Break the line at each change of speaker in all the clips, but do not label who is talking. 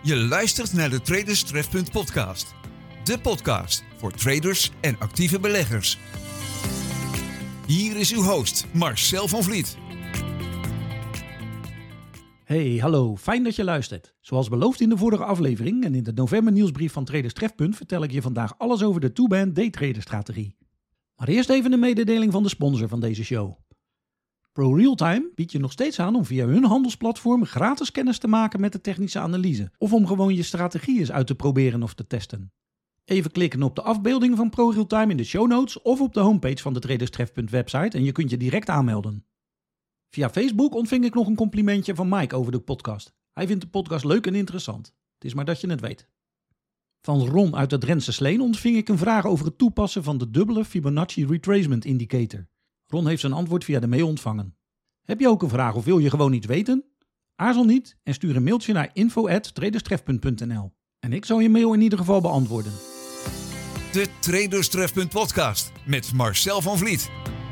Je luistert naar de Traders Trefpunt podcast. De podcast voor traders en actieve beleggers. Hier is uw host Marcel van Vliet.
Hey, hallo, fijn dat je luistert. Zoals beloofd in de vorige aflevering en in de november nieuwsbrief van Traders Trefpunt vertel ik je vandaag alles over de two-band daytrader strategie. Maar eerst even een mededeling van de sponsor van deze show. ProRealtime biedt je nog steeds aan om via hun handelsplatform gratis kennis te maken met de technische analyse. Of om gewoon je strategie eens uit te proberen of te testen. Even klikken op de afbeelding van ProRealtime in de show notes of op de homepage van de Traders Trefpunt website en je kunt je direct aanmelden. Via Facebook ontving ik nog een complimentje van Mike over de podcast. Hij vindt de podcast leuk en interessant. Het is maar dat je het weet. Van Ron uit de Drentse Sleen ontving ik een vraag over het toepassen van de dubbele Fibonacci Retracement Indicator. Ron heeft zijn antwoord via de mail ontvangen. Heb je ook een vraag of wil je gewoon iets weten? Aarzel niet en stuur een mailtje naar info@traderstrefpunt.nl. En ik zal je mail in ieder geval beantwoorden.
De Traders Trefpunt podcast met Marcel van Vliet.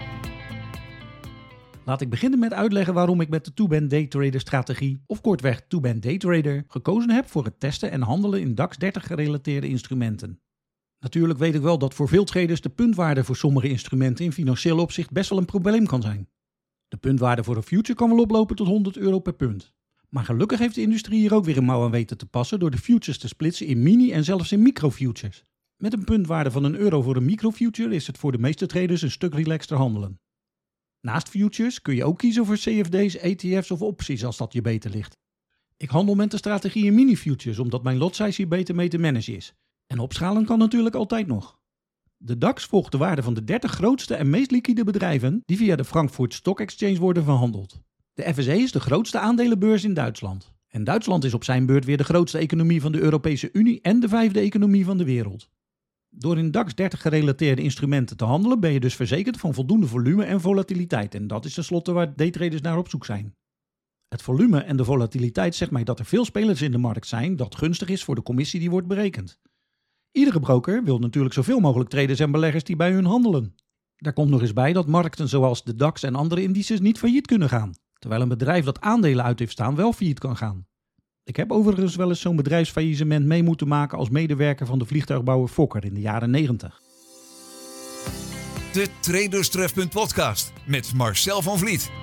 Laat ik beginnen met uitleggen waarom ik met de two-band daytrader strategie, of kortweg two-band daytrader, gekozen heb voor het testen en handelen in DAX 30 gerelateerde instrumenten. Natuurlijk weet ik wel dat voor veel traders de puntwaarde voor sommige instrumenten in financieel opzicht best wel een probleem kan zijn. De puntwaarde voor een future kan wel oplopen tot €100 per punt. Maar gelukkig heeft de industrie hier ook weer een mouw aan weten te passen door de futures te splitsen in mini- en zelfs in microfutures. Met een puntwaarde van €1 voor een microfuture is het voor de meeste traders een stuk relaxter handelen. Naast futures kun je ook kiezen voor CFD's, ETF's of opties als dat je beter ligt. Ik handel met de strategie in mini-futures omdat mijn lot size hier beter mee te managen is. En opschalen kan natuurlijk altijd nog. De DAX volgt de waarde van de 30 grootste en meest liquide bedrijven die via de Frankfurt Stock Exchange worden verhandeld. De FSE is de grootste aandelenbeurs in Duitsland. En Duitsland is op zijn beurt weer de grootste economie van de Europese Unie en de 5e economie van de wereld. Door in DAX 30 gerelateerde instrumenten te handelen ben je dus verzekerd van voldoende volume en volatiliteit. En dat is tenslotte waar daytraders naar op zoek zijn. Het volume en de volatiliteit zegt mij dat er veel spelers in de markt zijn dat gunstig is voor de commissie die wordt berekend. Iedere broker wil natuurlijk zoveel mogelijk traders en beleggers die bij hun handelen. Daar komt nog eens bij dat markten zoals de DAX en andere indices niet failliet kunnen gaan. Terwijl een bedrijf dat aandelen uit heeft staan wel failliet kan gaan. Ik heb overigens wel eens zo'n bedrijfsfaillissement mee moeten maken als medewerker van de vliegtuigbouwer Fokker in de jaren 90.
De Traders Trefpunt podcast met Marcel van Vliet.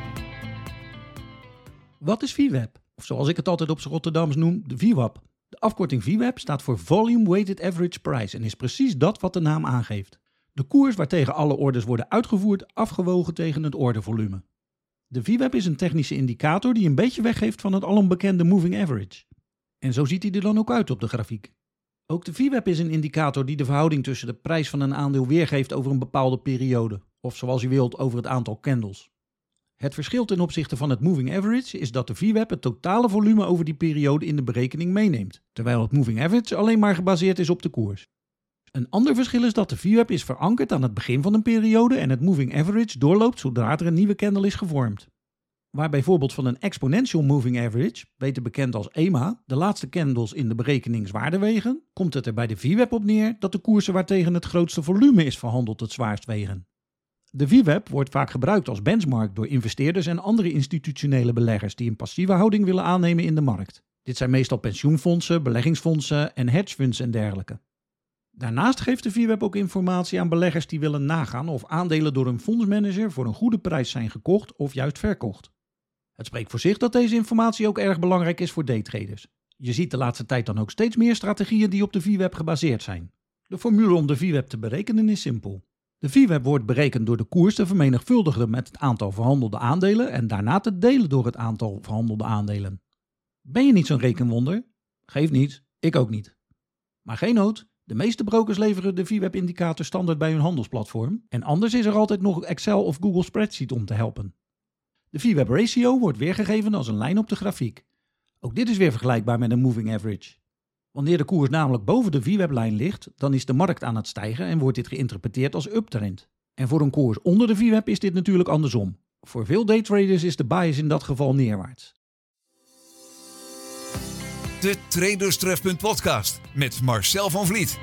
Wat is VWAP? Of zoals ik het altijd op z'n Rotterdams noem, de VWAP. De afkorting VWAP staat voor Volume Weighted Average Price en is precies dat wat de naam aangeeft. De koers waartegen alle orders worden uitgevoerd, afgewogen tegen het ordervolume. De VWAP is een technische indicator die een beetje weggeeft van het alombekende moving average. En zo ziet hij er dan ook uit op de grafiek. Ook de VWAP is een indicator die de verhouding tussen de prijs van een aandeel weergeeft over een bepaalde periode, of zoals u wilt over het aantal candles. Het verschil ten opzichte van het moving average is dat de VWAP het totale volume over die periode in de berekening meeneemt, terwijl het moving average alleen maar gebaseerd is op de koers. Een ander verschil is dat de VWAP is verankerd aan het begin van een periode en het moving average doorloopt zodra er een nieuwe candle is gevormd. Waar bijvoorbeeld van een exponential moving average, beter bekend als EMA, de laatste candles in de berekening zwaarder wegen, komt het er bij de VWAP op neer dat de koersen waartegen het grootste volume is verhandeld het zwaarst wegen. De VWAP wordt vaak gebruikt als benchmark door investeerders en andere institutionele beleggers die een passieve houding willen aannemen in de markt. Dit zijn meestal pensioenfondsen, beleggingsfondsen en hedgefunds en dergelijke. Daarnaast geeft de VWAP ook informatie aan beleggers die willen nagaan of aandelen door een fondsmanager voor een goede prijs zijn gekocht of juist verkocht. Het spreekt voor zich dat deze informatie ook erg belangrijk is voor daytraders. Je ziet de laatste tijd dan ook steeds meer strategieën die op de VWAP gebaseerd zijn. De formule om de VWAP te berekenen is simpel. De VWAP wordt berekend door de koers te vermenigvuldigen met het aantal verhandelde aandelen en daarna te delen door het aantal verhandelde aandelen. Ben je niet zo'n rekenwonder? Geeft niet, ik ook niet. Maar geen nood, de meeste brokers leveren de VWAP-indicator standaard bij hun handelsplatform en anders is er altijd nog Excel of Google Spreadsheet om te helpen. De VWAP ratio wordt weergegeven als een lijn op de grafiek. Ook dit is weer vergelijkbaar met een moving average. Wanneer de koers namelijk boven de VWAP-lijn ligt, dan is de markt aan het stijgen en wordt dit geïnterpreteerd als uptrend. En voor een koers onder de VWAP is dit natuurlijk andersom. Voor veel daytraders is de bias in dat geval neerwaarts.
De Traders Trefpunt podcast met Marcel van Vliet.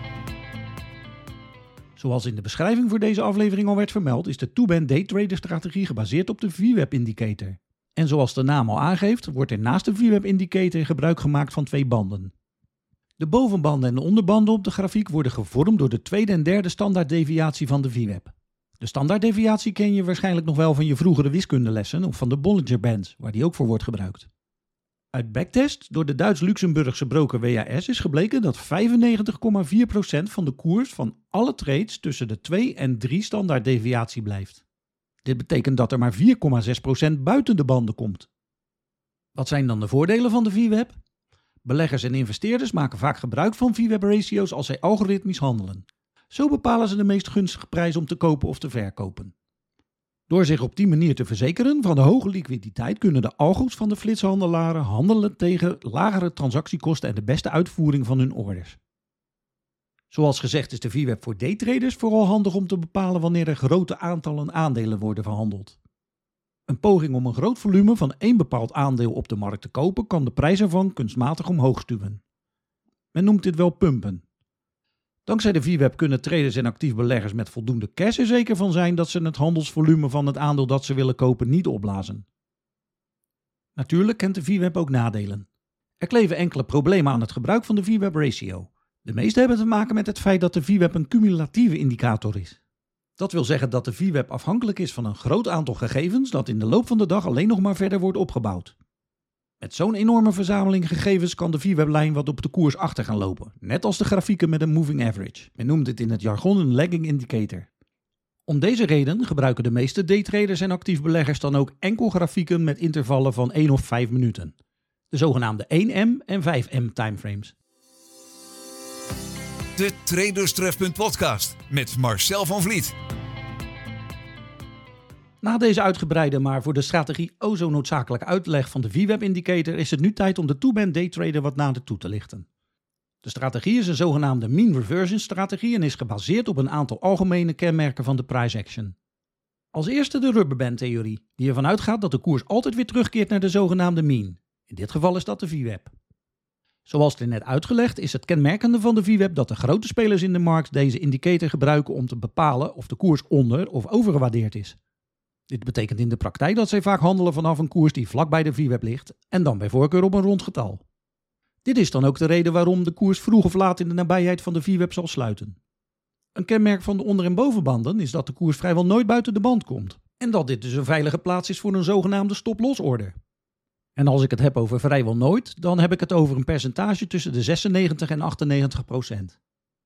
Zoals in de beschrijving voor deze aflevering al werd vermeld, is de two-band daytrader strategie gebaseerd op de VWAP indicator. En zoals de naam al aangeeft, wordt er naast de VWAP indicator gebruik gemaakt van 2 banden. De bovenbanden en de onderbanden op de grafiek worden gevormd door de tweede en derde standaarddeviatie van de VWAP. De standaarddeviatie ken je waarschijnlijk nog wel van je vroegere wiskundelessen of van de Bollinger Band, waar die ook voor wordt gebruikt. Uit backtest door de Duits-Luxemburgse broker WAS is gebleken dat 95,4% van de koers van alle trades tussen de 2 en 3 standaarddeviatie blijft. Dit betekent dat er maar 4,6% buiten de banden komt. Wat zijn dan de voordelen van de VWAP? Beleggers en investeerders maken vaak gebruik van VWAP-ratio's als zij algoritmisch handelen. Zo bepalen ze de meest gunstige prijs om te kopen of te verkopen. Door zich op die manier te verzekeren van de hoge liquiditeit kunnen de algo's van de flitshandelaren handelen tegen lagere transactiekosten en de beste uitvoering van hun orders. Zoals gezegd is de VWAP voor daytraders vooral handig om te bepalen wanneer er grote aantallen aandelen worden verhandeld. Een poging om een groot volume van één bepaald aandeel op de markt te kopen kan de prijs ervan kunstmatig omhoog stuwen. Men noemt dit wel pumpen. Dankzij de VWAP kunnen traders en actief beleggers met voldoende cash er zeker van zijn dat ze het handelsvolume van het aandeel dat ze willen kopen niet opblazen. Natuurlijk kent de VWAP ook nadelen. Er kleven enkele problemen aan het gebruik van de VWAP-ratio. De meeste hebben te maken met het feit dat de VWAP een cumulatieve indicator is. Dat wil zeggen dat de VWAP afhankelijk is van een groot aantal gegevens dat in de loop van de dag alleen nog maar verder wordt opgebouwd. Met zo'n enorme verzameling gegevens kan de VWAP-lijn wat op de koers achter gaan lopen, net als de grafieken met een moving average. Men noemt dit in het jargon een lagging indicator. Om deze reden gebruiken de meeste daytraders en actief beleggers dan ook enkel grafieken met intervallen van 1 of 5 minuten. De zogenaamde 1M en 5M timeframes.
De Traderstrefpunt podcast met Marcel van Vliet.
Na deze uitgebreide, maar voor de strategie o zo noodzakelijke uitleg van de VWAP-indicator is het nu tijd om de two-band daytrader wat nader toe te lichten. De strategie is een zogenaamde mean reversion strategie en is gebaseerd op een aantal algemene kenmerken van de price action. Als eerste de rubberband-theorie, die ervan uitgaat dat de koers altijd weer terugkeert naar de zogenaamde mean. In dit geval is dat de VWAP. Zoals er net uitgelegd is het kenmerkende van de VWAP dat de grote spelers in de markt deze indicator gebruiken om te bepalen of de koers onder- of overgewaardeerd is. Dit betekent in de praktijk dat zij vaak handelen vanaf een koers die vlak bij de VWAP ligt en dan bij voorkeur op een rond getal. Dit is dan ook de reden waarom de koers vroeg of laat in de nabijheid van de VWAP zal sluiten. Een kenmerk van de onder- en bovenbanden is dat de koers vrijwel nooit buiten de band komt en dat dit dus een veilige plaats is voor een zogenaamde stop-loss-order. En als ik het heb over vrijwel nooit, dan heb ik het over een percentage tussen de 96 en 98%.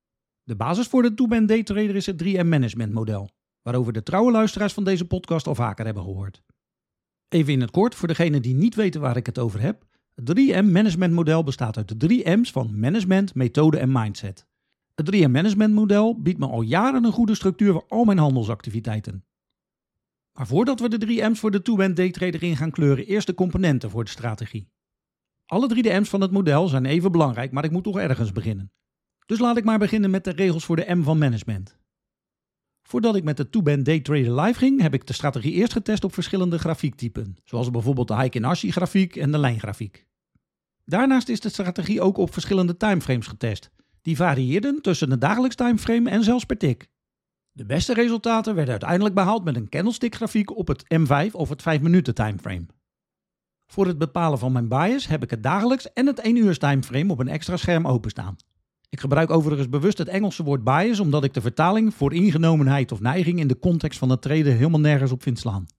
De basis voor de two-band daytrader is het 3M management model, waarover de trouwe luisteraars van deze podcast al vaker hebben gehoord. Even in het kort, voor degenen die niet weten waar ik het over heb. Het 3M management model bestaat uit de 3 M's van management, methode en mindset. Het 3M management model biedt me al jaren een goede structuur voor al mijn handelsactiviteiten. Maar voordat we de 3 M's voor de two-band daytrader in gaan kleuren, eerst de componenten voor de strategie. Alle 3 de M's van het model zijn even belangrijk, maar ik moet toch ergens beginnen. Dus laat ik maar beginnen met de regels voor de M van management. Voordat ik met de two-band daytrader live ging, heb ik de strategie eerst getest op verschillende grafiektypen, zoals bijvoorbeeld de Heikin-Ashi grafiek en de lijngrafiek. Daarnaast is de strategie ook op verschillende timeframes getest. Die varieerden tussen een dagelijks timeframe en zelfs per tick. De beste resultaten werden uiteindelijk behaald met een candlestick grafiek op het M5 of het 5 minuten timeframe. Voor het bepalen van mijn bias heb ik het dagelijks en het 1 uur timeframe op een extra scherm openstaan. Ik gebruik overigens bewust het Engelse woord bias omdat ik de vertaling voor ingenomenheid of neiging in de context van het traden helemaal nergens op vind slaan.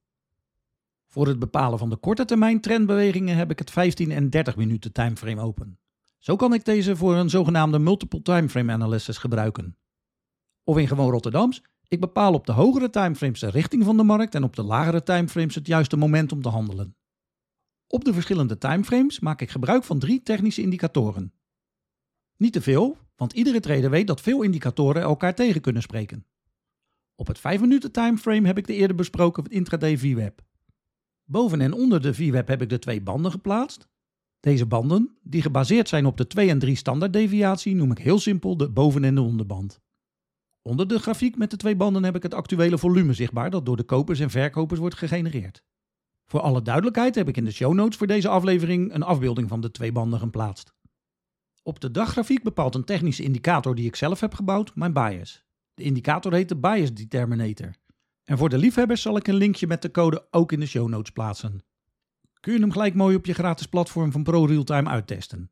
Voor het bepalen van de korte termijn trendbewegingen heb ik het 15 en 30 minuten timeframe open. Zo kan ik deze voor een zogenaamde multiple timeframe analysis gebruiken. Of in gewoon Rotterdams, ik bepaal op de hogere timeframes de richting van de markt en op de lagere timeframes het juiste moment om te handelen. Op de verschillende timeframes maak ik gebruik van 3 technische indicatoren. Niet te veel, want iedere trader weet dat veel indicatoren elkaar tegen kunnen spreken. Op het 5 minuten timeframe heb ik de eerder besproken intraday VWAP. Boven en onder de VWAP heb ik de 2 banden geplaatst. Deze banden, die gebaseerd zijn op de 2 en 3 standaarddeviatie, noem ik heel simpel de boven- en de onderband. Onder de grafiek met de 2 banden heb ik het actuele volume zichtbaar dat door de kopers en verkopers wordt gegenereerd. Voor alle duidelijkheid heb ik in de show notes voor deze aflevering een afbeelding van de 2 banden geplaatst. Op de daggrafiek bepaalt een technische indicator die ik zelf heb gebouwd mijn bias. De indicator heet de Bias Determinator. En voor de liefhebbers zal ik een linkje met de code ook in de show notes plaatsen. kun je hem gelijk mooi op je gratis platform van ProRealTime uittesten.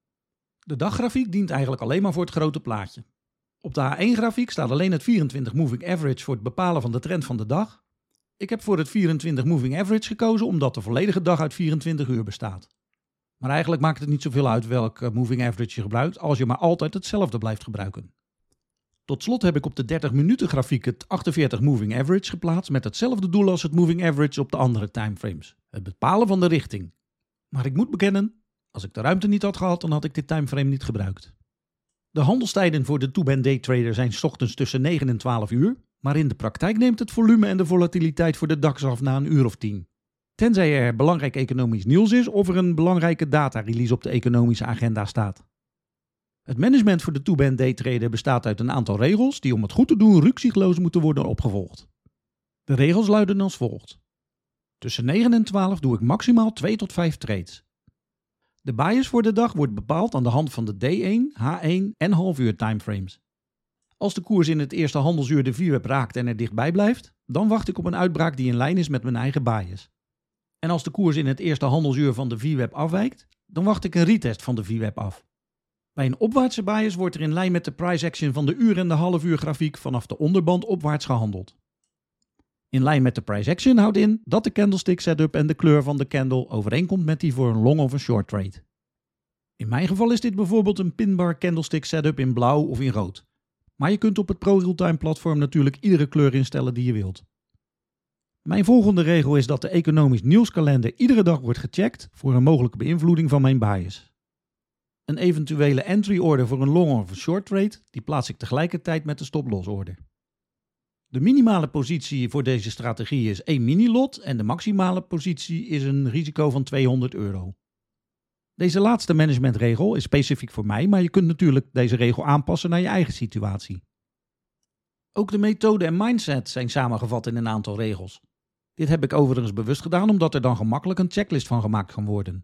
De daggrafiek dient eigenlijk alleen maar voor het grote plaatje. Op de H1-grafiek staat alleen het 24 moving average voor het bepalen van de trend van de dag. Ik heb voor het 24 moving average gekozen omdat de volledige dag uit 24 uur bestaat. Maar eigenlijk maakt het niet zoveel uit welk moving average je gebruikt als je maar altijd hetzelfde blijft gebruiken. Tot slot heb ik op de 30 minuten grafiek het 48 moving average geplaatst met hetzelfde doel als het moving average op de andere timeframes. Het bepalen van de richting. Maar ik moet bekennen, als ik de ruimte niet had gehad, dan had ik dit timeframe niet gebruikt. De handelstijden voor de two-band daytrader zijn 's ochtends tussen 9 en 12 uur, maar in de praktijk neemt het volume en de volatiliteit voor de DAX af na een uur of 10. Tenzij er belangrijk economisch nieuws is of er een belangrijke data-release op de economische agenda staat. Het management voor de two-band daytrader bestaat uit een aantal regels die om het goed te doen rukzichtloos moeten worden opgevolgd. De regels luiden als volgt. Tussen 9 en 12 doe ik maximaal 2 tot 5 trades. De bias voor de dag wordt bepaald aan de hand van de D1, H1 en halfuur timeframes. Als de koers in het eerste handelsuur de VWAP raakt en er dichtbij blijft, dan wacht ik op een uitbraak die in lijn is met mijn eigen bias. En als de koers in het eerste handelsuur van de VWAP afwijkt, dan wacht ik een retest van de VWAP af. Bij een opwaartse bias wordt er in lijn met de price action van de uur en de halfuur grafiek vanaf de onderband opwaarts gehandeld. In lijn met de price action houdt in dat de candlestick setup en de kleur van de candle overeenkomt met die voor een long of een short trade. In mijn geval is dit bijvoorbeeld een pinbar candlestick setup in blauw of in rood. Maar je kunt op het ProRealTime platform natuurlijk iedere kleur instellen die je wilt. Mijn volgende regel is dat de economisch nieuwskalender iedere dag wordt gecheckt voor een mogelijke beïnvloeding van mijn bias. Een eventuele entry order voor een long of een short trade, die plaats ik tegelijkertijd met de stop-loss order. De minimale positie voor deze strategie is 1 mini-lot en de maximale positie is een risico van €200. Deze laatste managementregel is specifiek voor mij, maar je kunt natuurlijk deze regel aanpassen naar je eigen situatie. Ook de methode en mindset zijn samengevat in een aantal regels. Dit heb ik overigens bewust gedaan omdat er dan gemakkelijk een checklist van gemaakt kan worden.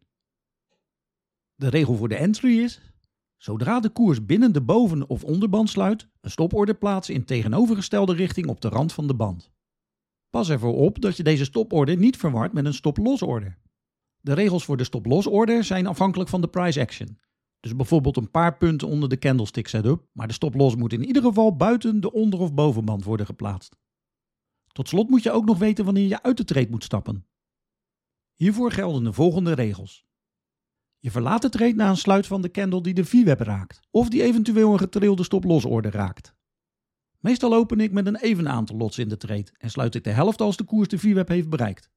De regel voor de entry is: zodra de koers binnen de boven- of onderband sluit, een stoporder plaatsen in tegenovergestelde richting op de rand van de band. Pas ervoor op dat je deze stoporder niet verwart met een stop-loss order. De regels voor de stop-loss order zijn afhankelijk van de price action. Dus bijvoorbeeld een paar punten onder de candlestick setup, maar de stop-loss moet in ieder geval buiten de onder- of bovenband worden geplaatst. Tot slot moet je ook nog weten wanneer je uit de trade moet stappen. Hiervoor gelden de volgende regels. Je verlaat de trade na een sluit van de candle die de VWAP raakt, of die eventueel een getrilde stop-loss order raakt. Meestal open ik met een even aantal lots in de trade en sluit ik de helft als de koers de VWAP heeft bereikt.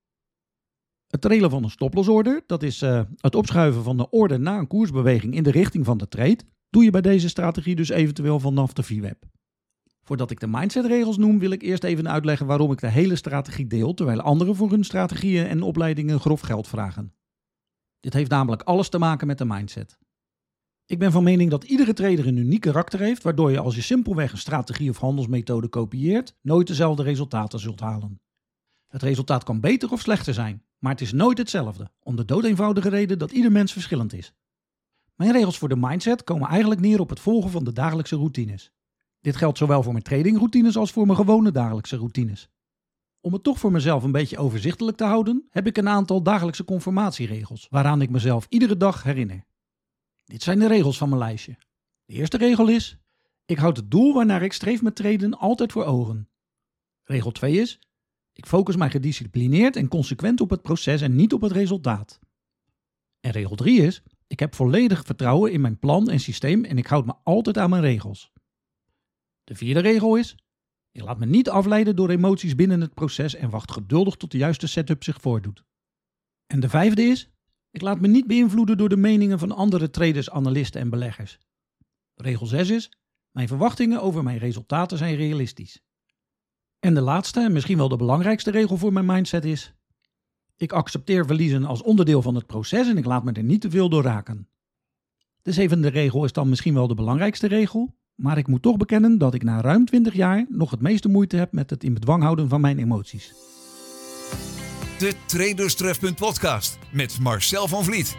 Het trailen van een stop-loss order, dat is het opschuiven van de order na een koersbeweging in de richting van de trade, doe je bij deze strategie dus eventueel vanaf de VWAP. Voordat ik de mindset-regels noem, wil ik eerst even uitleggen waarom ik de hele strategie deel, terwijl anderen voor hun strategieën en opleidingen grof geld vragen. Dit heeft namelijk alles te maken met de mindset. Ik ben van mening dat iedere trader een uniek karakter heeft, waardoor je als je simpelweg een strategie of handelsmethode kopieert, nooit dezelfde resultaten zult halen. Het resultaat kan beter of slechter zijn, maar het is nooit hetzelfde, om de doodeenvoudige reden dat ieder mens verschillend is. Mijn regels voor de mindset komen eigenlijk neer op het volgen van de dagelijkse routines. Dit geldt zowel voor mijn tradingroutines als voor mijn gewone dagelijkse routines. Om het toch voor mezelf een beetje overzichtelijk te houden, heb ik een aantal dagelijkse conformatieregels, waaraan ik mezelf iedere dag herinner. Dit zijn de regels van mijn lijstje. De eerste regel is: ik houd het doel waarnaar ik streef met traden altijd voor ogen. Regel 2 is: ik focus mij gedisciplineerd en consequent op het proces en niet op het resultaat. En regel 3 is: ik heb volledig vertrouwen in mijn plan en systeem en ik houd me altijd aan mijn regels. De vierde regel is: ik laat me niet afleiden door emoties binnen het proces en wacht geduldig tot de juiste setup zich voordoet. En de vijfde is: ik laat me niet beïnvloeden door de meningen van andere traders, analisten en beleggers. Regel 6 is: mijn verwachtingen over mijn resultaten zijn realistisch. En de laatste en misschien wel de belangrijkste regel voor mijn mindset is: ik accepteer verliezen als onderdeel van het proces en ik laat me er niet te veel door raken. De zevende regel is dan misschien wel de belangrijkste regel, maar ik moet toch bekennen dat ik na ruim 20 jaar nog het meeste moeite heb met het in bedwang houden van mijn emoties.
De Traderstrefpunt podcast met Marcel van Vliet.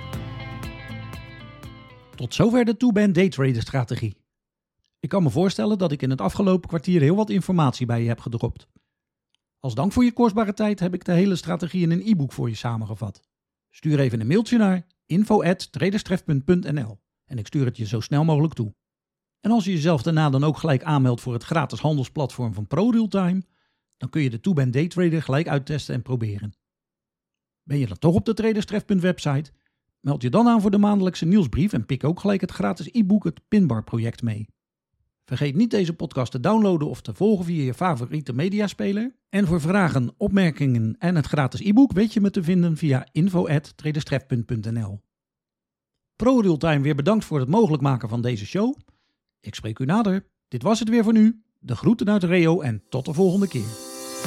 Tot zover de two-band daytrader strategie. Ik kan me voorstellen dat ik in het afgelopen kwartier heel wat informatie bij je heb gedropt. Als dank voor je kostbare tijd heb ik de hele strategie in een e-book voor je samengevat. Stuur even een mailtje naar info@traderstref.nl en ik stuur het je zo snel mogelijk toe. En als je jezelf daarna dan ook gelijk aanmeldt voor het gratis handelsplatform van ProRealTime, dan kun je de TwoBand Daytrader gelijk uittesten en proberen. Ben je dan toch op de Traderstref.website? Meld je dan aan voor de maandelijkse nieuwsbrief en pik ook gelijk het gratis e-book het Pinbar project mee. Vergeet niet deze podcast te downloaden of te volgen via je favoriete mediaspeler. En voor vragen, opmerkingen en het gratis e-book weet je me te vinden via info@traderstref.nl. ProRealTime weer bedankt voor het mogelijk maken van deze show. Ik spreek u nader. Dit was het weer voor nu. De groeten uit Reo en tot de volgende keer.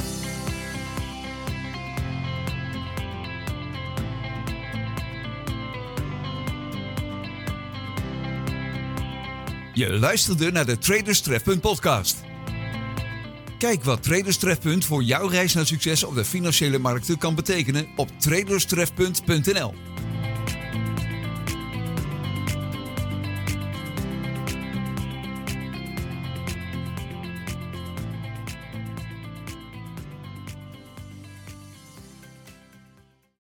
Je luisterde naar de Traderstref podcast. Kijk wat Traderstref voor jouw reis naar succes op de financiële markten kan betekenen op traderstref.nl.